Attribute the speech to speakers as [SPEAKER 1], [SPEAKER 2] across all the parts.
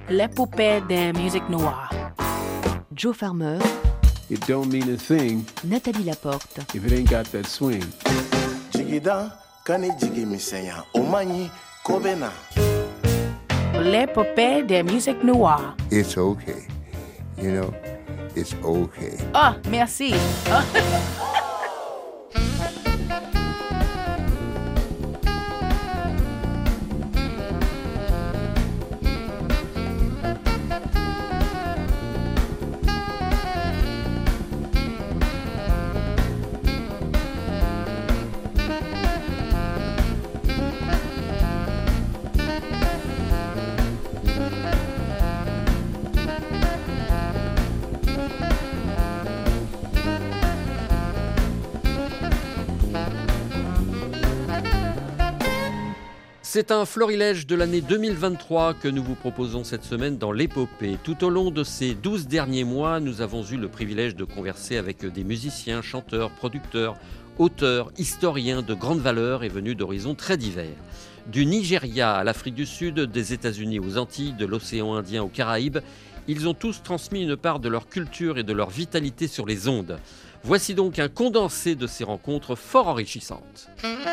[SPEAKER 1] l'épopée de musique noire.
[SPEAKER 2] Joe Farmer,
[SPEAKER 3] It don't mean a thing
[SPEAKER 2] Nathalie Laporte.
[SPEAKER 3] if it ain't got that swing.
[SPEAKER 4] Jigida kani jigi misenya omanyi kobena.
[SPEAKER 1] L'épopée de musique noire.
[SPEAKER 5] It's okay. You know, it's okay.
[SPEAKER 1] Ah, merci.
[SPEAKER 6] C'est un florilège de l'année 2023 que nous vous proposons cette semaine dans l'épopée. Tout au long de ces 12 derniers mois, nous avons eu le privilège de converser avec des musiciens, chanteurs, producteurs, auteurs, historiens de grande valeur et venus d'horizons très divers. Du Nigeria à l'Afrique du Sud, des États-Unis aux Antilles, de l'océan Indien aux Caraïbes, ils ont tous transmis une part de leur culture et de leur vitalité sur les ondes. Voici donc un condensé de ces rencontres fort enrichissantes.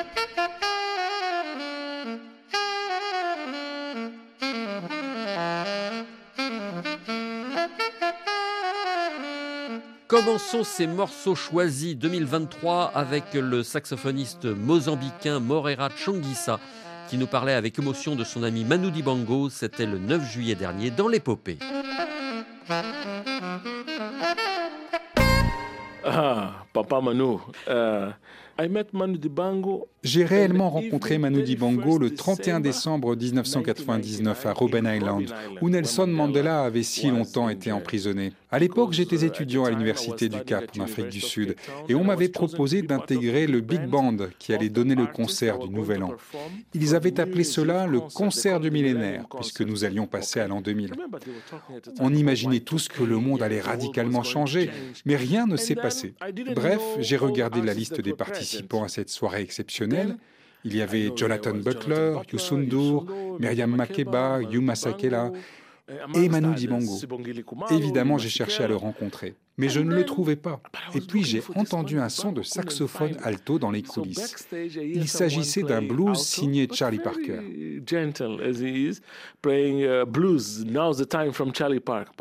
[SPEAKER 6] Commençons ces morceaux choisis 2023 avec le saxophoniste mozambicain Morera Chongissa qui nous parlait avec émotion de son ami Manu Dibango. C'était le 9 juillet dernier dans l'épopée.
[SPEAKER 7] Ah, Papa Manu, I met Manu Dibango.
[SPEAKER 8] J'ai réellement rencontré Manu Dibango le 31 décembre 1999 à Robben Island, où Nelson Mandela avait si longtemps été emprisonné. À l'époque, j'étais étudiant à l'Université du Cap, en Afrique du Sud, et on m'avait proposé d'intégrer le Big Band qui allait donner le concert du Nouvel An. Ils avaient appelé cela le concert du millénaire, puisque nous allions passer à l'an 2000. On imaginait tous que le monde allait radicalement changer, mais rien ne s'est passé. Bref, j'ai regardé la liste des participants à cette soirée exceptionnelle. Il y avait Jonathan Butler, Youssou N'Dour, Myriam Makeba, Yuma Sakela et Manu Dibango. Évidemment, j'ai cherché à le rencontrer, mais je ne le trouvais pas. Et puis j'ai entendu un son de saxophone alto dans les coulisses. Il s'agissait d'un blues signé Charlie Parker.
[SPEAKER 7] Gentle as he is, playing blues. Now's the time from Charlie Parker.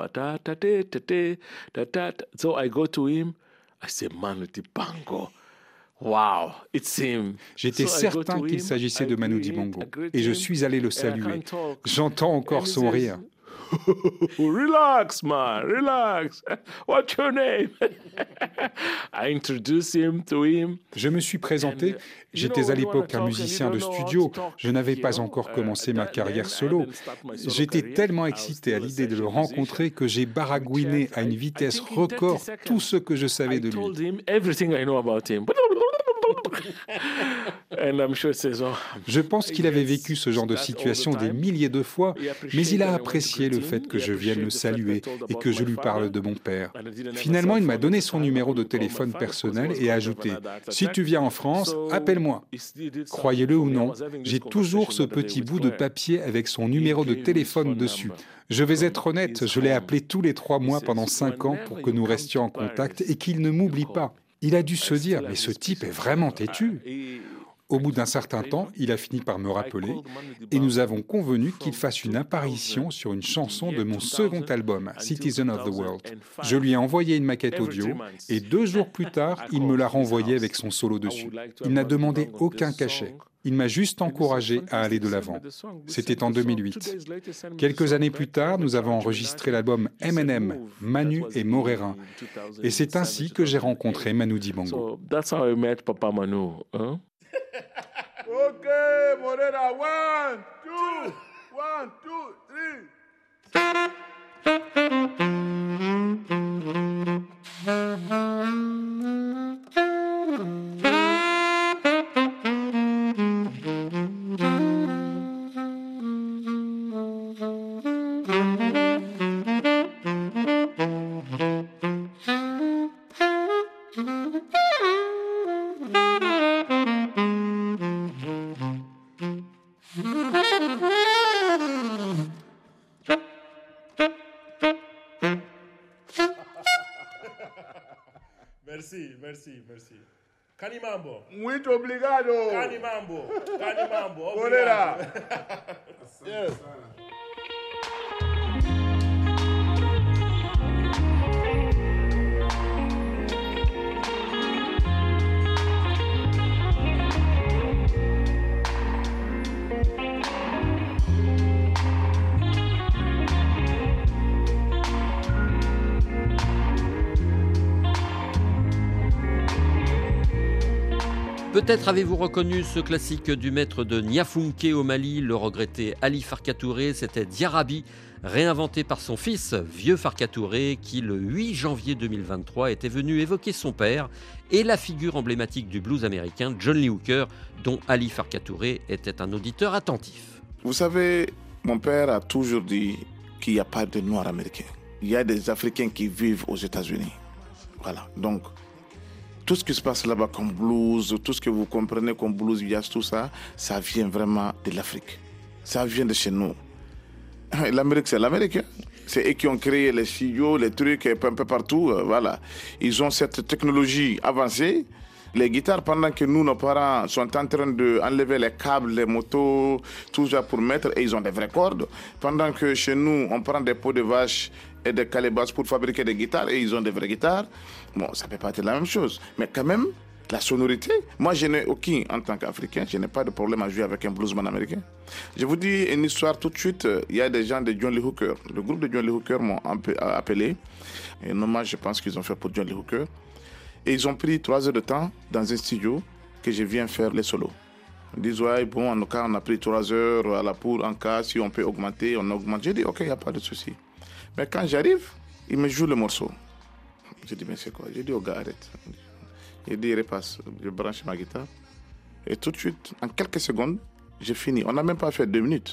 [SPEAKER 7] So I go to him. I say, Manu Dibango. Wow, it's him.
[SPEAKER 8] J'étais certain qu'il s'agissait de Manu Dibango et je suis allé le saluer. J'entends encore son rire.
[SPEAKER 7] Relax, man, relax. What's your name? I introduced him to him.
[SPEAKER 8] Je me suis présenté. J'étais à l'époque un musicien de studio. Je n'avais pas encore commencé ma carrière solo. J'étais tellement excité à l'idée de le rencontrer que j'ai baragouiné à une vitesse record tout ce que je savais de lui. Je pense qu'il avait vécu ce genre de situation des milliers de fois, mais il a apprécié le fait que je vienne le saluer et que je lui parle de mon père. Finalement, il m'a donné son numéro de téléphone personnel et a ajouté « Si tu viens en France, appelle-moi ». Croyez-le ou non, j'ai toujours ce petit bout de papier avec son numéro de téléphone dessus. Je vais être honnête, je l'ai appelé tous les 3 mois pendant 5 ans pour que nous restions en contact et qu'il ne m'oublie pas. Il a dû se dire, mais ce type est vraiment têtu. Au bout d'un certain temps, il a fini par me rappeler et nous avons convenu qu'il fasse une apparition sur une chanson de mon second album, Citizen of the World. Je lui ai envoyé une maquette audio et 2 jours plus tard, il me l'a renvoyée avec son solo dessus. Il n'a demandé aucun cachet. Il m'a juste encouragé à aller de l'avant. C'était en 2008. Quelques années plus tard, nous avons enregistré l'album M&M, Manu et Morera. Et c'est ainsi que j'ai rencontré Manu Dibango.
[SPEAKER 7] So that's how I met Papa Manu. Huh?
[SPEAKER 4] Okay, Morera, 1, 2, 3.
[SPEAKER 7] Merci. Canimambo.
[SPEAKER 4] Muito obrigado.
[SPEAKER 7] Canimambo.
[SPEAKER 4] Correra.
[SPEAKER 7] Yes.
[SPEAKER 6] Peut-être avez-vous reconnu ce classique du maître de Niafunké au Mali, le regretté Ali Farka Touré. C'était Diarabi, réinventé par son fils, Vieux Farka Touré, qui le 8 janvier 2023 était venu évoquer son père et la figure emblématique du blues américain, John Lee Hooker, dont Ali Farka Touré était un auditeur attentif.
[SPEAKER 4] Vous savez, mon père a toujours dit qu'il n'y a pas de Noirs américains. Il y a des Africains qui vivent aux États-Unis. Voilà, donc tout ce qui se passe là-bas comme blues, tout ce que vous comprenez comme blues, jazz, tout ça, ça vient vraiment de l'Afrique. Ça vient de chez nous. L'Amérique, c'est l'Amérique. Hein? C'est eux qui ont créé les studios, les trucs un peu partout. Voilà. Ils ont cette technologie avancée. Les guitares, pendant que nous, nos parents, sont en train d'enlever les câbles, les motos, tout ça pour mettre, et ils ont des vraies cordes. Pendant que chez nous, on prend des peaux de vache et des calebasses pour fabriquer des guitares, et ils ont des vraies guitares. Bon, ça ne peut pas être la même chose. Mais quand même, la sonorité, moi, je n'ai aucun, en tant qu'Africain, je n'ai pas de problème à jouer avec un bluesman américain. Je vous dis une histoire tout de suite. Il y a des gens de John Lee Hooker. Le groupe de John Lee Hooker m'ont appelé. Et un hommage, je pense qu'ils ont fait pour John Lee Hooker. Et ils ont pris 3 heures de temps dans un studio que je viens faire les solos. Ils disent, ouais, bon, en cas, on a pris 3 heures à la pour, en cas, si on peut augmenter, on augmente. J'ai dit, ok, il n'y a pas de souci. Mais quand j'arrive, il me joue le morceau. J'ai dit, mais c'est quoi? J'ai dit, oh gars, arrête. J'ai dit, repasse. Je branche ma guitare. Et tout de suite, en quelques secondes, j'ai fini. On n'a même pas fait 2 minutes.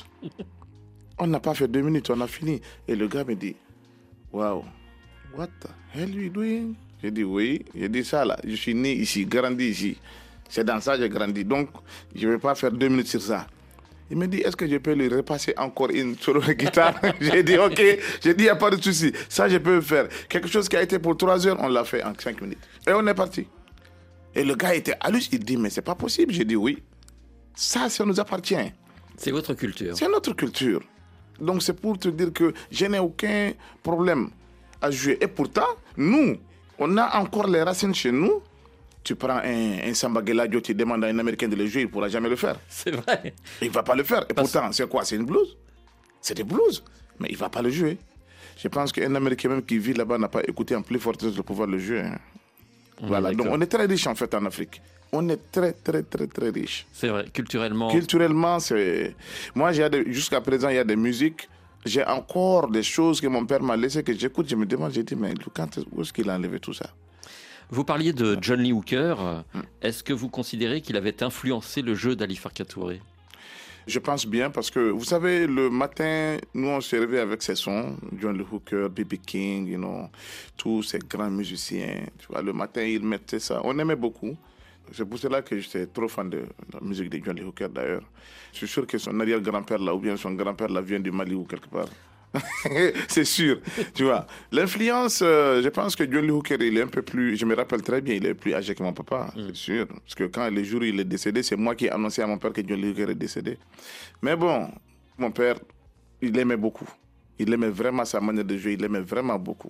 [SPEAKER 4] On n'a pas fait 2 minutes, on a fini. Et le gars me dit, wow, what the hell are you doing? J'ai dit oui, j'ai dit ça là, je suis né ici, grandi ici. C'est dans ça que j'ai grandi, donc je ne vais pas faire 2 minutes sur ça. Il me dit, est-ce que je peux lui repasser encore une solo de guitare? J'ai dit ok, j'ai dit il n'y a pas de souci, ça je peux le faire. Quelque chose qui a été pour 3 heures, on l'a fait en 5 minutes. Et on est parti. Et le gars était halluciné, il dit mais c'est pas possible. J'ai dit oui, ça nous appartient.
[SPEAKER 6] C'est votre culture.
[SPEAKER 4] C'est notre culture. Donc c'est pour te dire que je n'ai aucun problème à jouer. Et pourtant, nous, on a encore les racines chez nous. Tu prends un Samba Geladio, tu demandes à un Américain de le jouer, il ne pourra jamais le faire.
[SPEAKER 6] C'est vrai.
[SPEAKER 4] Il ne va pas le faire. Et pourtant, c'est quoi? C'est une blues. C'est des blues. Mais il ne va pas le jouer. Je pense qu'un Américain même qui vit là-bas n'a pas écouté en plus forte de pouvoir le jouer. Hein. Voilà. Donc on est très riche en fait en Afrique. On est très, très, très, très riche.
[SPEAKER 6] C'est vrai, culturellement.
[SPEAKER 4] Culturellement, c'est... Moi, jusqu'à présent, il y a des musiques. J'ai encore des choses que mon père m'a laissées, que j'écoute, je me demande, j'ai dit, mais où est-ce qu'il a enlevé tout ça?
[SPEAKER 6] Vous parliez de John Lee Hooker. Est-ce que vous considérez qu'il avait influencé le jeu d'Ali Farka Touré?
[SPEAKER 4] Je pense bien, parce que, vous savez, le matin, nous, on se réveillait avec ces sons, John Lee Hooker, B.B. King, tous ces grands musiciens. Tu vois, le matin, ils mettaient ça. On aimait beaucoup. C'est pour cela que j'étais trop fan de la musique de John Lee Hooker, d'ailleurs. Je suis sûr que son arrière-grand-père, là, ou bien son grand-père, là, vient du Mali ou quelque part. C'est sûr, tu vois. L'influence, je pense que John Lee Hooker, il est un peu plus... Je me rappelle très bien, il est plus âgé que mon papa, c'est sûr. Parce que quand le jour où il est décédé, c'est moi qui ai annoncé à mon père que John Lee Hooker est décédé. Mais bon, mon père, il aimait beaucoup. Il aimait vraiment sa manière de jouer, il aimait vraiment beaucoup.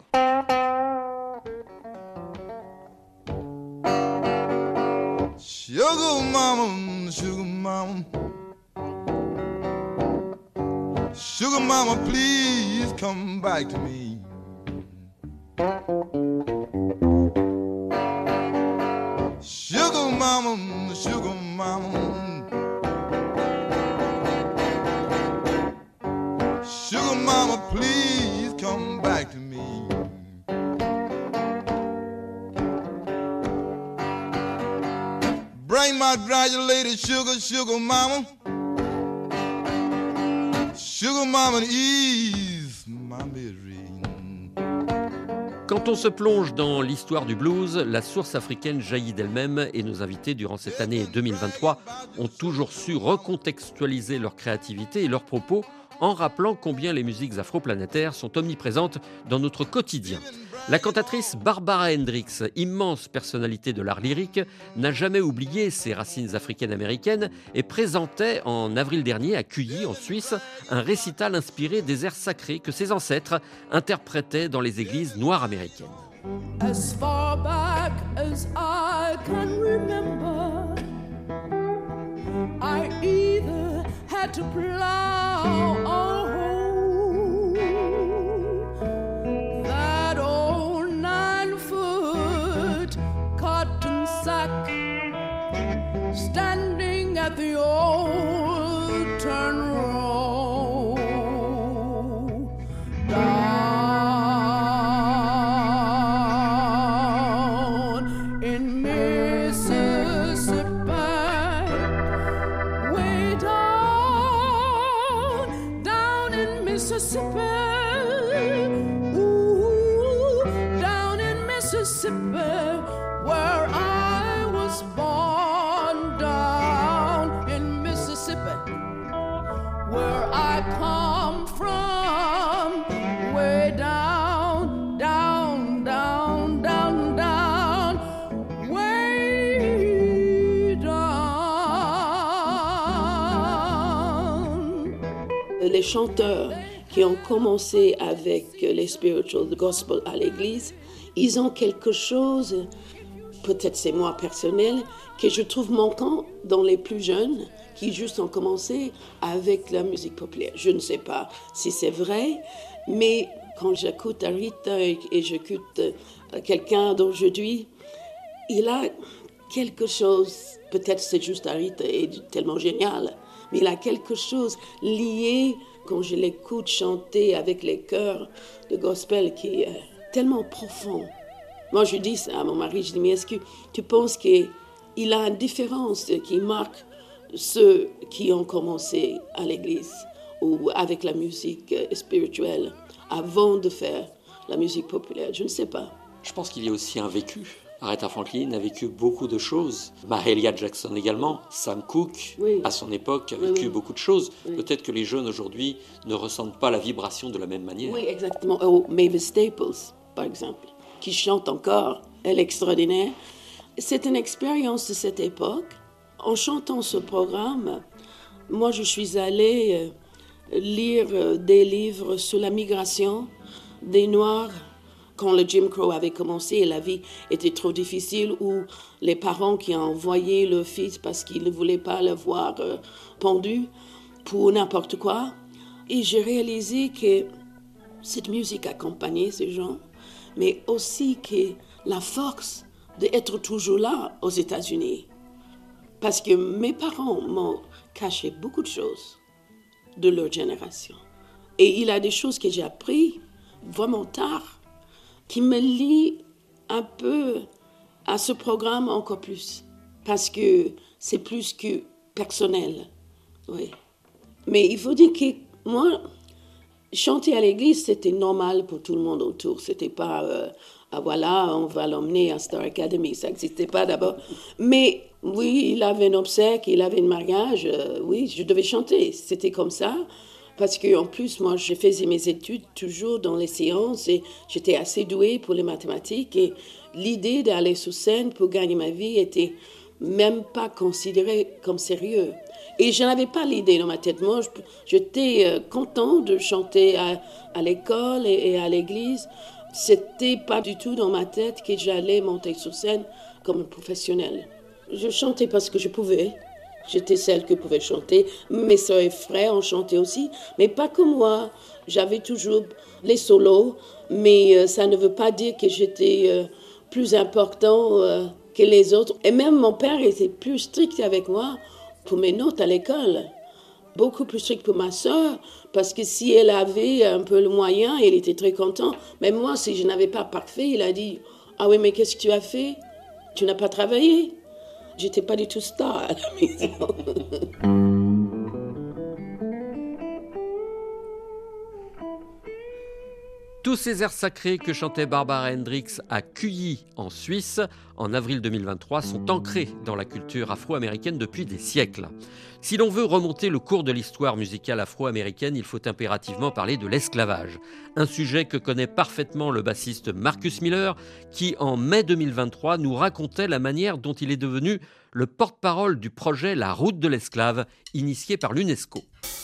[SPEAKER 9] Sugar mama, sugar mama, sugar mama, please come back to me. Sugar mama, sugar mama, sugar mama, please come back to me. Bring my granulated sugar, sugar mama. Sugar mama, ease my misery.
[SPEAKER 6] Quand on se plonge dans l'histoire du blues, la source africaine jaillit d'elle-même et nos invités durant cette année 2023 ont toujours su recontextualiser leur créativité et leurs propos en rappelant combien les musiques afro-planétaires sont omniprésentes dans notre quotidien. La cantatrice Barbara Hendricks, immense personnalité de l'art lyrique, n'a jamais oublié ses racines africaines-américaines et présentait en avril dernier à Cuilly, en Suisse, un récital inspiré des airs sacrés que ses ancêtres interprétaient dans les églises noires américaines.
[SPEAKER 10] As far back as I can remember, I either had to plow or hoe. That old 9-foot cotton sack standing at the old turn row. Down in Mississippi, way down in Mississippi, ooh, down in Mississippi, where I was born, down in Mississippi, where I come from, way down, down, down, down, down, way down.
[SPEAKER 11] Les chanteurs qui ont commencé avec les spiritual gospel à l'église, ils ont quelque chose, peut-être c'est moi personnel, que je trouve manquant dans les plus jeunes qui juste ont commencé avec la musique populaire. Je ne sais pas si c'est vrai, mais quand j'écoute Aretha et j'écoute quelqu'un d'aujourd'hui, il a quelque chose, peut-être c'est juste Aretha est tellement génial, mais il a quelque chose lié quand je l'écoute chanter avec les chœurs de gospel qui est tellement profond. Moi, je dis ça à mon mari, je dis, mais est-ce que tu penses qu'il a une différence qui marque ceux qui ont commencé à l'église ou avec la musique spirituelle avant de faire la musique populaire? Je ne sais pas.
[SPEAKER 6] Je pense qu'il y a aussi un vécu. Aretha Franklin a vécu beaucoup de choses. Mahalia Jackson également. Sam Cooke,
[SPEAKER 11] Oui.
[SPEAKER 6] à son époque, a vécu beaucoup de choses.
[SPEAKER 11] Oui.
[SPEAKER 6] Peut-être que les jeunes aujourd'hui ne ressentent pas la vibration de la même manière.
[SPEAKER 11] Oui, exactement. Oh, Mavis Staples, par exemple, qui chante encore. Elle est extraordinaire. C'est une expérience de cette époque. En chantant ce programme, moi, je suis allée lire des livres sur la migration des Noirs quand le Jim Crow avait commencé et la vie était trop difficile, ou les parents qui ont envoyé leur fils parce qu'ils ne voulaient pas le voir pendu pour n'importe quoi. Et j'ai réalisé que cette musique accompagnait ces gens, mais aussi que la force d'être toujours là aux États-Unis. Parce que mes parents m'ont caché beaucoup de choses de leur génération. Et il y a des choses que j'ai apprises vraiment tard qui me lient un peu à ce programme encore plus. Parce que c'est plus que personnel. Oui. Mais il faut dire que moi, chanter à l'église, c'était normal pour tout le monde autour. C'était pas, ah voilà, on va l'emmener à Star Academy. Ça n'existait pas d'abord. Mais oui, il avait un obsèque, il avait un mariage. Oui, je devais chanter. C'était comme ça. Parce qu'en plus, moi, je faisais mes études toujours dans les sciences et j'étais assez douée pour les mathématiques. Et l'idée d'aller sur scène pour gagner ma vie était même pas considérée comme sérieux. Et je n'avais pas l'idée dans ma tête. Moi, j'étais contente de chanter à l'école et à l'église. C'était pas du tout dans ma tête que j'allais monter sur scène comme une professionnelle. Je chantais parce que je pouvais. J'étais celle qui pouvait chanter. Mes soeurs et frères ont chanté aussi, mais pas comme moi. J'avais toujours les solos, mais ça ne veut pas dire que j'étais plus important que les autres. Et même mon père était plus strict avec moi pour mes notes à l'école. Beaucoup plus strict pour ma soeur, parce que si elle avait un peu le moyen, elle était très contente. Mais moi, si je n'avais pas parfait, il a dit « Ah oui, mais qu'est-ce que tu as fait? Tu n'as pas travaillé ?» J'étais pas du tout star à la maison.
[SPEAKER 6] Tout Tous ces airs sacrés que chantait Barbara Hendricks à Cuyi, en Suisse, en avril 2023, sont ancrés dans la culture afro-américaine depuis des siècles. Si l'on veut remonter le cours de l'histoire musicale afro-américaine, il faut impérativement parler de l'esclavage. Un sujet que connaît parfaitement le bassiste Marcus Miller, qui, en mai 2023, nous racontait la manière dont il est devenu le porte-parole du projet La Route de l'esclave, initié par l'UNESCO.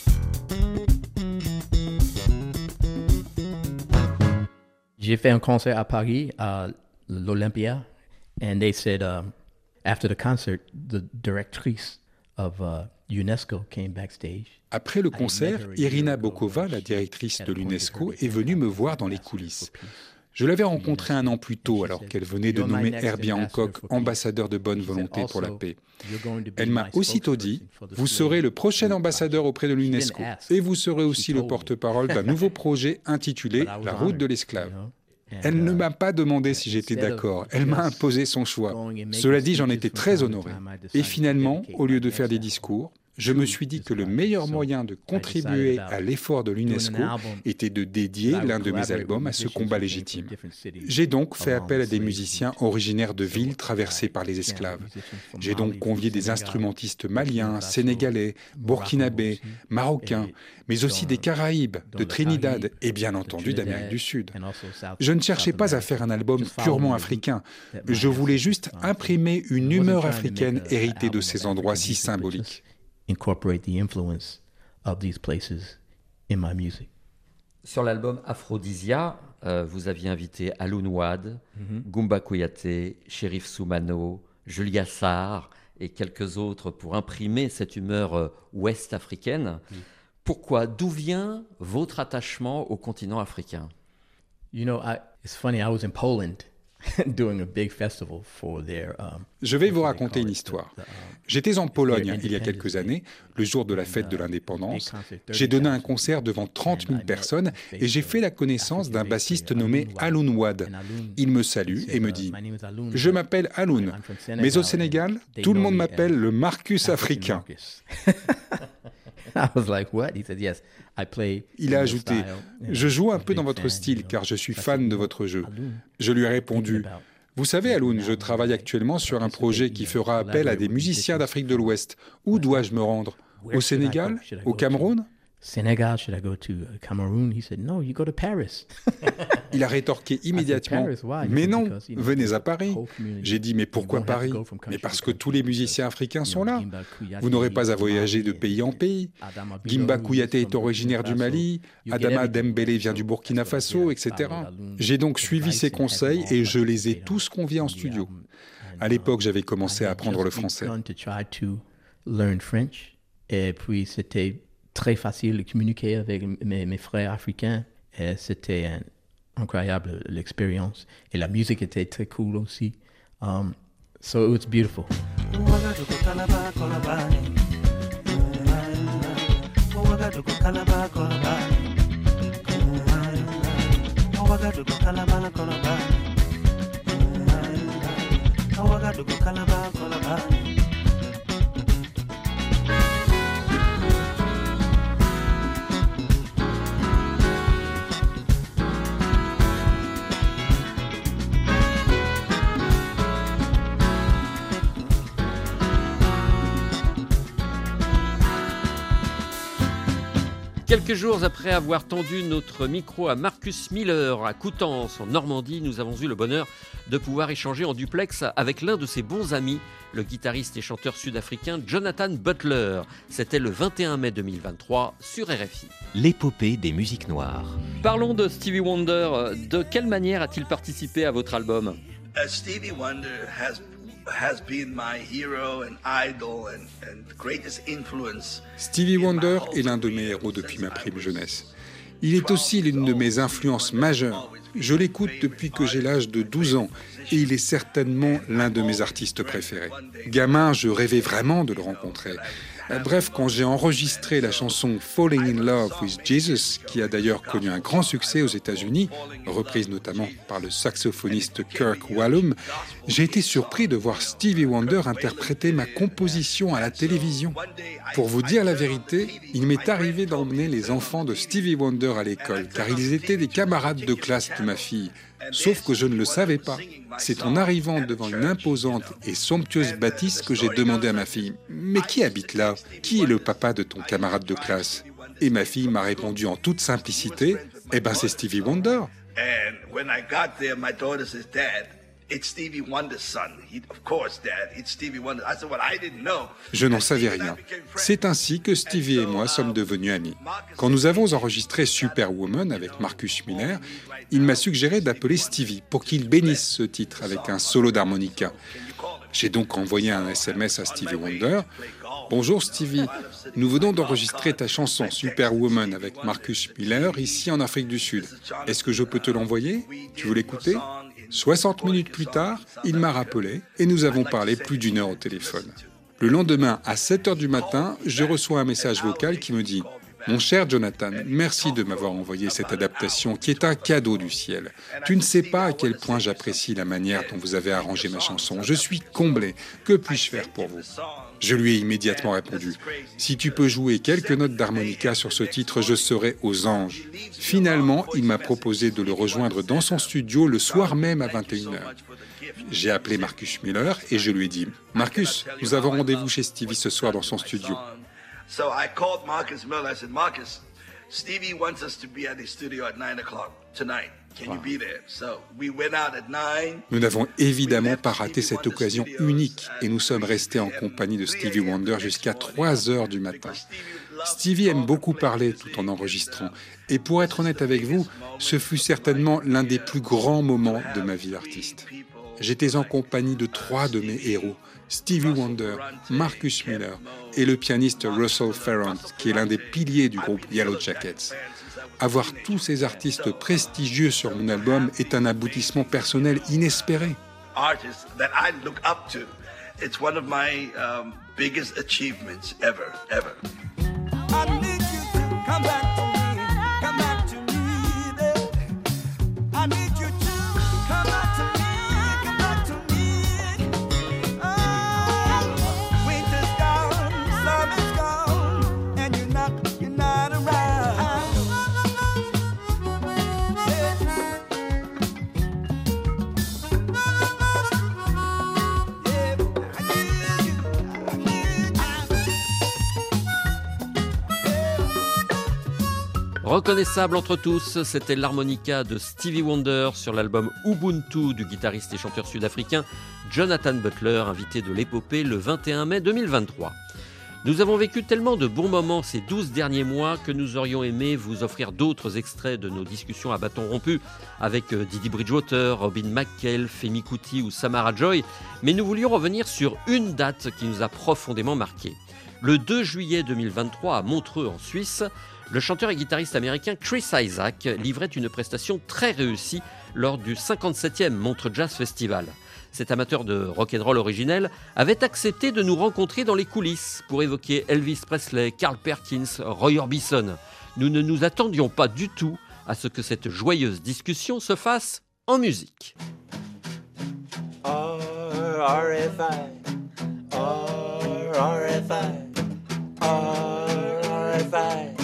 [SPEAKER 12] J'ai fait un concert à Paris, à l'Olympia, and they said, after the concert, the directrice of UNESCO came backstage.
[SPEAKER 8] Après le concert, Irina Bokova, la directrice de l'UNESCO, est venue me voir dans les coulisses. Je l'avais rencontrée 1 an plus tôt, alors qu'elle venait de nommer Herbie Hancock ambassadeur de bonne volonté pour la paix. Elle m'a aussitôt dit « Vous serez le prochain ambassadeur auprès de l'UNESCO et vous serez aussi le porte-parole d'un nouveau projet intitulé « La route de l'esclave ». Elle ne m'a pas demandé si j'étais d'accord, elle m'a imposé son choix. Cela dit, j'en étais très honoré. Et finalement, au lieu de faire des discours, je me suis dit que le meilleur moyen de contribuer à l'effort de l'UNESCO était de dédier l'un de mes albums à ce combat légitime. J'ai donc fait appel à des musiciens originaires de villes traversées par les esclaves. J'ai donc convié des instrumentistes maliens, sénégalais, burkinabés, marocains, mais aussi des Caraïbes, de Trinidad et bien entendu d'Amérique du Sud. Je ne cherchais pas à faire un album purement africain. Je voulais juste imprimer une humeur africaine héritée de ces endroits si symboliques.
[SPEAKER 12] Incorporate the influence of these places in my music.
[SPEAKER 6] Sur l'album Aphrodisia, vous aviez invité Alun Wade, Goumba Kouyaté, Cherif Soumano, Julia Sarr et quelques autres pour imprimer cette humeur ouest-africaine. Pourquoi? D'où vient votre attachement au continent africain?
[SPEAKER 12] You know, it's funny, I was in Poland doing a big festival for their
[SPEAKER 8] Je vais vous raconter une histoire. J'étais en Pologne il y a quelques années, le jour de la fête de l'indépendance. J'ai donné un concert devant 30 000 personnes et j'ai fait la connaissance d'un bassiste nommé Alun Wade. Il me salue et me dit « Je m'appelle Alun, mais au Sénégal, tout le monde m'appelle le Marcus africain. »
[SPEAKER 12] I was like, what? He said, yes, I play.
[SPEAKER 8] Il a ajouté, je joue un peu dans votre style car je suis fan de votre jeu. Je lui ai répondu, vous savez Alun, je travaille actuellement sur un projet qui fera appel à des musiciens d'Afrique de l'Ouest. Où dois-je me rendre? Au Sénégal? Au Cameroun?
[SPEAKER 12] Sénégal, should I go to Cameroon? He said, no, you go to Paris.
[SPEAKER 8] Il a rétorqué immédiatement, mais non, venez à Paris. J'ai dit, mais pourquoi Paris? Mais parce que tous les musiciens africains sont là. Vous n'aurez pas à voyager de pays en pays. Gimba Kouyaté est originaire du Mali, Adama Dembélé vient du Burkina Faso, etc. J'ai donc suivi ses conseils et je les ai tous conviés en studio. À l'époque, j'avais commencé à apprendre le français.
[SPEAKER 12] Et puis, c'était très facile de communiquer avec mes frères africains. Et c'était incroyable l'expérience. Et la musique était très cool aussi. So it was beautiful.
[SPEAKER 6] Quelques jours après avoir tendu notre micro à Marcus Miller à Coutances, en Normandie, nous avons eu le bonheur de pouvoir échanger en duplex avec l'un de ses bons amis, le guitariste et chanteur sud-africain Jonathan Butler. C'était le 21 mai 2023 sur RFI.
[SPEAKER 13] L'épopée des musiques noires.
[SPEAKER 6] Parlons de Stevie Wonder. De quelle manière a-t-il participé à votre album?
[SPEAKER 14] Stevie Wonder has been my hero and idol and greatest influence.
[SPEAKER 8] Stevie Wonder est l'un de mes héros depuis ma prime jeunesse. Il est aussi l'une de mes influences majeures. Je l'écoute depuis que j'ai l'âge de 12 ans et il est certainement l'un de mes artistes préférés. Gamin, je rêvais vraiment de le rencontrer. Bref, quand j'ai enregistré la chanson Falling in Love with Jesus, qui a d'ailleurs connu un grand succès aux États-Unis, reprise notamment par le saxophoniste Kirk Whalum, j'ai été surpris de voir Stevie Wonder interpréter ma composition à la télévision. Pour vous dire la vérité, il m'est arrivé d'emmener les enfants de Stevie Wonder à l'école, car ils étaient des camarades de classe de ma fille. Sauf que je ne le savais pas. C'est en arrivant devant une imposante et somptueuse bâtisse que j'ai demandé à ma fille « Mais qui habite là? Qui est le papa de ton camarade de classe ?» Et ma fille m'a répondu en toute simplicité « Eh ben c'est Stevie Wonder !»
[SPEAKER 14] And when I got there, my daughter says, "Dad, it's Stevie Wonder's son." Of course, Dad, it's Stevie Wonder. I said, "Well, I didn't know."
[SPEAKER 8] Je n'en savais rien. C'est ainsi que Stevie et moi sommes devenus amis. Quand nous avons enregistré Superwoman avec Marcus Miller, il m'a suggéré d'appeler Stevie pour qu'il bénisse ce titre avec un solo d'harmonica. J'ai donc envoyé un SMS à Stevie Wonder. « Bonjour Stevie, nous venons d'enregistrer ta chanson Superwoman avec Marcus Miller ici en Afrique du Sud. Est-ce que je peux te l'envoyer? Tu veux l'écouter ?» 60 minutes plus tard, il m'a rappelé et nous avons parlé plus d'1 heure au téléphone. Le lendemain, à 7 heures du matin, je reçois un message vocal qui me dit « Mon cher Jonathan, merci de m'avoir envoyé cette adaptation qui est un cadeau du ciel. Tu ne sais pas à quel point j'apprécie la manière dont vous avez arrangé ma chanson. Je suis comblé. Que puis-je faire pour vous ?» Je lui ai immédiatement répondu « Si tu peux jouer quelques notes d'harmonica sur ce titre, je serai aux anges. » Finalement, il m'a proposé de le rejoindre dans son studio le soir même à 21h. J'ai appelé Marcus Miller et je lui ai dit « Marcus, nous avons rendez-vous chez Stevie ce soir dans son studio. »
[SPEAKER 14] So I called Marcus Miller. I said, "Marcus, Stevie wants us to be at the studio at 9 o'clock tonight. Can you be there?" So we went out at 9.
[SPEAKER 8] Nous n'avons évidemment pas raté cette occasion unique et nous sommes restés en compagnie de Stevie Wonder jusqu'à 3 heures du matin. Stevie aime beaucoup parler tout en enregistrant. Et pour être honnête avec vous, ce fut certainement l'un des plus grands moments de ma vie d'artiste. J'étais en compagnie de 3 de mes héros, Stevie Wonder, Marcus Miller et le pianiste Russell Ferrand, qui est l'un des piliers du groupe Yellow Jackets. Avoir tous ces artistes prestigieux sur mon album est un aboutissement personnel inespéré.
[SPEAKER 14] Artists that I look up to. It's one of my biggest achievements ever. I need you to come back to me, come back to me, baby. I need you to come back to me, come back to me. Oh, winter's gone, summer's gone, and you're not around.
[SPEAKER 6] Reconnaissable entre tous, c'était l'harmonica de Stevie Wonder sur l'album Ubuntu du guitariste et chanteur sud-africain Jonathan Butler, invité de l'épopée le 21 mai 2023. Nous avons vécu tellement de bons moments ces 12 derniers mois que nous aurions aimé vous offrir d'autres extraits de nos discussions à bâton rompu avec Didi Bridgewater, Robin McKell, Femi Kuti ou Samara Joy, mais nous voulions revenir sur une date qui nous a profondément marqué. Le 2 juillet 2023 à Montreux en Suisse, le chanteur et guitariste américain Chris Isaak livrait une prestation très réussie lors du 57e Montreux Jazz Festival. Cet amateur de rock'n'roll originel avait accepté de nous rencontrer dans les coulisses pour évoquer Elvis Presley, Carl Perkins, Roy Orbison. Nous ne nous attendions pas du tout à ce que cette joyeuse discussion se fasse en musique.
[SPEAKER 15] RFI, RFI, RFI.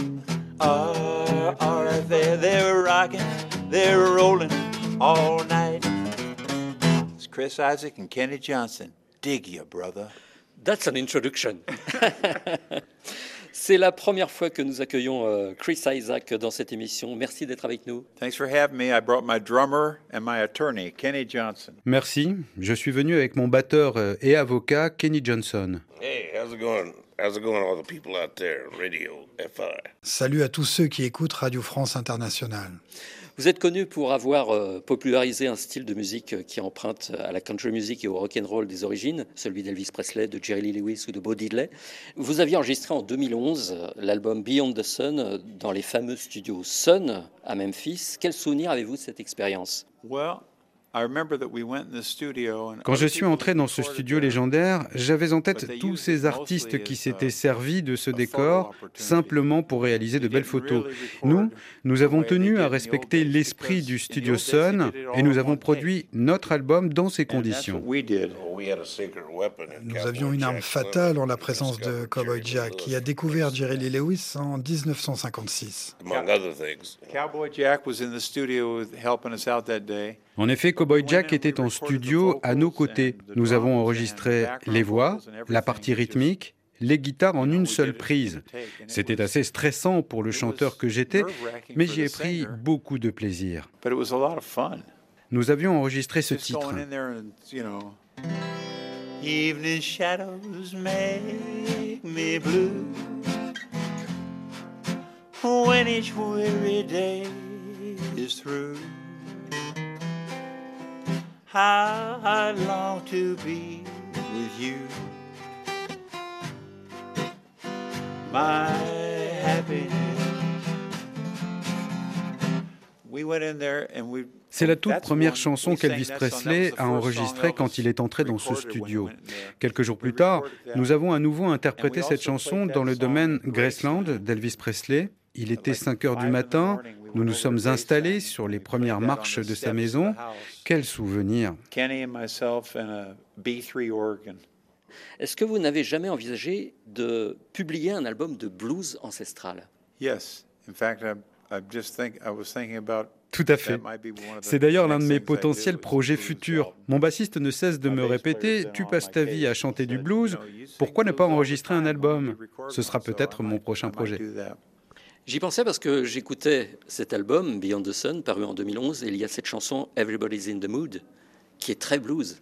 [SPEAKER 15] They were rocking, they were rolling all night. It's Chris Isaak and Kenny Johnson. Dig ya, brother.
[SPEAKER 6] That's an introduction. C'est la première fois que nous accueillons Chris Isaak dans cette émission. Merci d'être avec nous.
[SPEAKER 15] Thanks for having me. I brought my drummer and my attorney, Kenny Johnson.
[SPEAKER 16] Merci. Je suis venu avec mon batteur et avocat, Kenny Johnson.
[SPEAKER 17] Hey, how's it going?
[SPEAKER 16] How's it going, all the people out there, Radio FI?
[SPEAKER 17] Salut à tous ceux qui écoutent Radio France Internationale.
[SPEAKER 6] Vous êtes connu pour avoir popularisé un style de musique qui emprunte à la country music et au rock and roll des origines, celui d'Elvis Presley, de Jerry Lee Lewis ou de Bo Diddley. Vous aviez enregistré en 2011 l'album Beyond the Sun dans les fameux studios Sun à Memphis. Quel souvenir avez-vous de cette expérience?
[SPEAKER 8] Quand je suis entré dans ce studio légendaire, j'avais en tête tous ces artistes qui s'étaient servis de ce décor simplement pour réaliser de belles photos. Nous avons tenu à respecter l'esprit du studio Sun et nous avons produit notre album dans ces conditions.
[SPEAKER 17] Nous avions une arme fatale en la présence de Cowboy Jack, qui a découvert Jerry Lee Lewis en 1956.
[SPEAKER 15] Cowboy Jack was in the studio helping us out that day.
[SPEAKER 8] En effet, Cowboy Jack était en studio à nos côtés. Nous avons enregistré les voix, la partie rythmique, les guitares en une seule prise. C'était assez stressant pour le chanteur que j'étais, mais j'y ai pris beaucoup de plaisir. Nous avions enregistré ce titre.
[SPEAKER 15] Evening shadows make me blue when each weary day is through. How I long to be with you, my happiness. We went in there and we.
[SPEAKER 8] C'est la toute première chanson qu'Elvis Presley a enregistrée quand il est entré dans ce studio. Quelques jours plus tard, nous avons à nouveau interprété cette chanson dans le domaine Graceland d'Elvis Presley. Il était 5 heures du matin, nous nous sommes installés sur les premières marches de sa maison. Quel souvenir!
[SPEAKER 6] Est-ce que vous n'avez jamais envisagé de publier un album de blues ancestral?
[SPEAKER 8] Tout à fait. C'est d'ailleurs l'un de mes potentiels projets futurs. Mon bassiste ne cesse de me répéter « Tu passes ta vie à chanter du blues, pourquoi ne pas enregistrer un album ?» Ce sera peut-être mon prochain projet.
[SPEAKER 6] J'y pensais parce que j'écoutais cet album, Beyond the Sun, paru en 2011, et il y a cette chanson « Everybody's in the Mood » qui est très blues.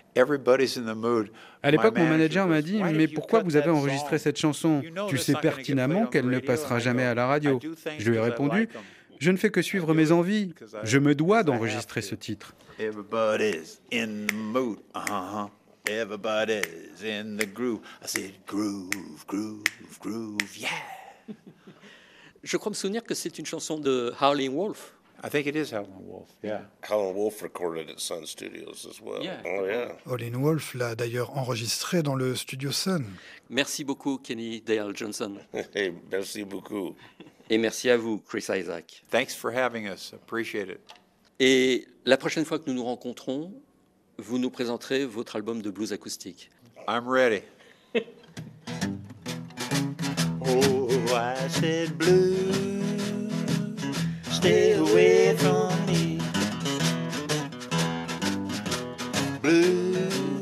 [SPEAKER 8] À l'époque, mon manager m'a dit « Mais pourquoi vous avez enregistré cette chanson? Tu sais pertinemment qu'elle ne passera jamais à la radio. » Je lui ai répondu « Je ne fais que suivre mes envies. Je me dois d'enregistrer ce titre. »
[SPEAKER 15] Everybody's in the mood, Everybody's in the groove. I said groove, groove, groove, yeah.
[SPEAKER 6] Je crois me souvenir que c'est une chanson de Howlin' Wolf.
[SPEAKER 15] I think it is Howlin' Wolf, yeah.
[SPEAKER 16] Howlin' Wolf recorded at Sun Studios as well.
[SPEAKER 6] Yeah.
[SPEAKER 16] Oh, yeah.
[SPEAKER 17] Howlin' Wolf l'a d'ailleurs enregistré dans le studio Sun.
[SPEAKER 6] Merci beaucoup, Kenny Dale Johnson.
[SPEAKER 16] Hey, merci beaucoup.
[SPEAKER 6] Et merci à vous, Chris Isaak.
[SPEAKER 15] Thanks for having us. Appreciate it.
[SPEAKER 6] Et la prochaine fois que nous nous rencontrons, vous nous présenterez votre album de blues acoustique.
[SPEAKER 15] I'm ready. Oh, I said blue, stay away from me. Blue,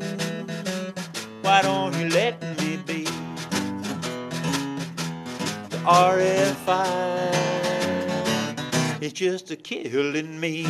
[SPEAKER 15] why don't you let me be? The RFI is just a killing me.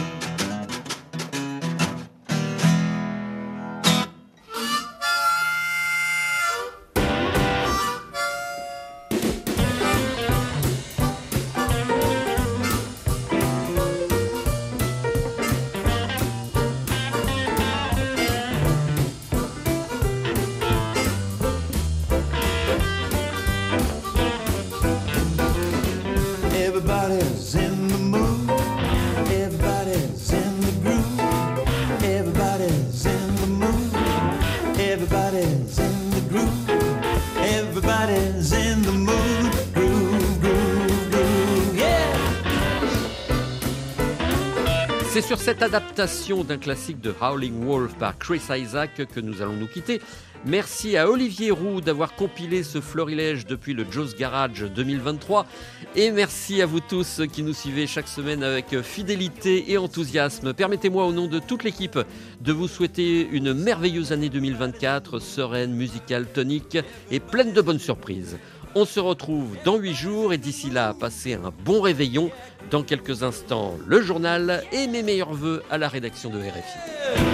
[SPEAKER 15] Everybody's in the mood. Everybody's in the groove. Everybody's in the mood. Everybody's in the groove. Everybody's in the mood. Groove, groove, groove, yeah.
[SPEAKER 6] C'est sur cette adaptation d'un classique de Howlin' Wolf par Chris Isaak que nous allons nous quitter. Merci à Olivier Roux d'avoir compilé ce florilège depuis le Joe's Garage 2023. Et merci à vous tous qui nous suivez chaque semaine avec fidélité et enthousiasme. Permettez-moi au nom de toute l'équipe de vous souhaiter une merveilleuse année 2024, sereine, musicale, tonique et pleine de bonnes surprises. On se retrouve dans 8 jours et d'ici là, passez un bon réveillon. Dans quelques instants, le journal et mes meilleurs vœux à la rédaction de RFI.